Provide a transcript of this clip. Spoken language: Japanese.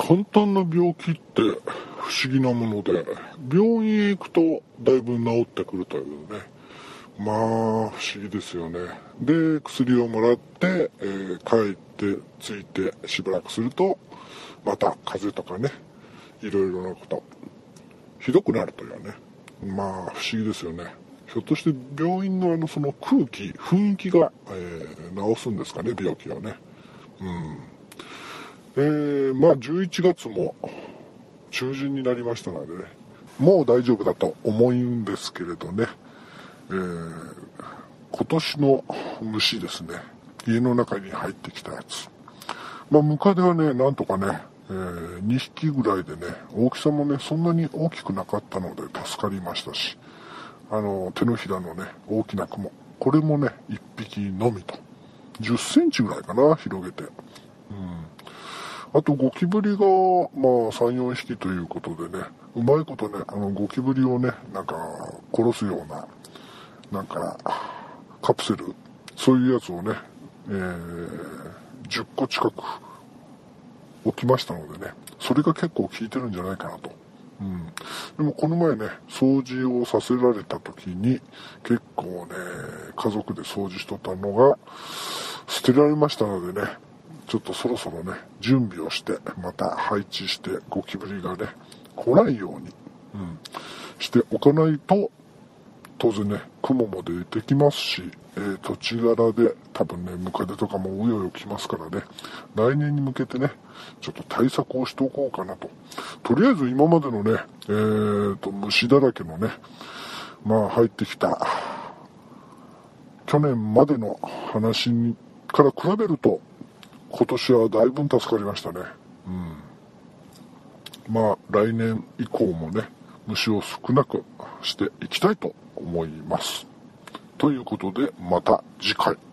簡単な病気って不思議なもので、病院へ行くとだいぶ治ってくるというね。まあ不思議ですよね。で、薬をもらって、帰って着いてしばらくするとまた風邪とかね、いろいろなことひどくなるというね。まあ不思議ですよね。ひょっとして病院のその空気雰囲気が、治すんですかね、病気をね。まあ11月も中旬になりましたのでね、もう大丈夫だと思うんですけれどね、今年の虫ですね、家の中に入ってきたやつ。まあムカデはね、なんとかね、2匹ぐらいでね、大きさもね、そんなに大きくなかったので助かりましたし、手のひらのね、大きなクモ。これもね、1匹のみと。10センチぐらいかな、広げて。あとゴキブリが、まあ3、4匹ということでね、うまいことね、ゴキブリをね、なんか殺すような、なんかカプセル、そういうやつをね、10個近く置きましたのでね、それが結構効いてるんじゃないかなと。でもこの前ね、掃除をさせられた時に、結構ね、家族で掃除しとったのが、捨てられましたのでね、ちょっとそろそろね、準備をして、また配置して、ゴキブリがね、来ないように、しておかないと、当然ね、クモも出てきますし、土地柄で多分ね、ムカデとかもうようよ来ますからね、来年に向けてね、ちょっと対策をしておこうかなと。とりあえず今までのね、虫だらけのね、まあ入ってきた、去年までの話から比べると、今年はだいぶ助かりましたね。まあ来年以降もね、虫を少なくしていきたいと思います。ということでまた次回。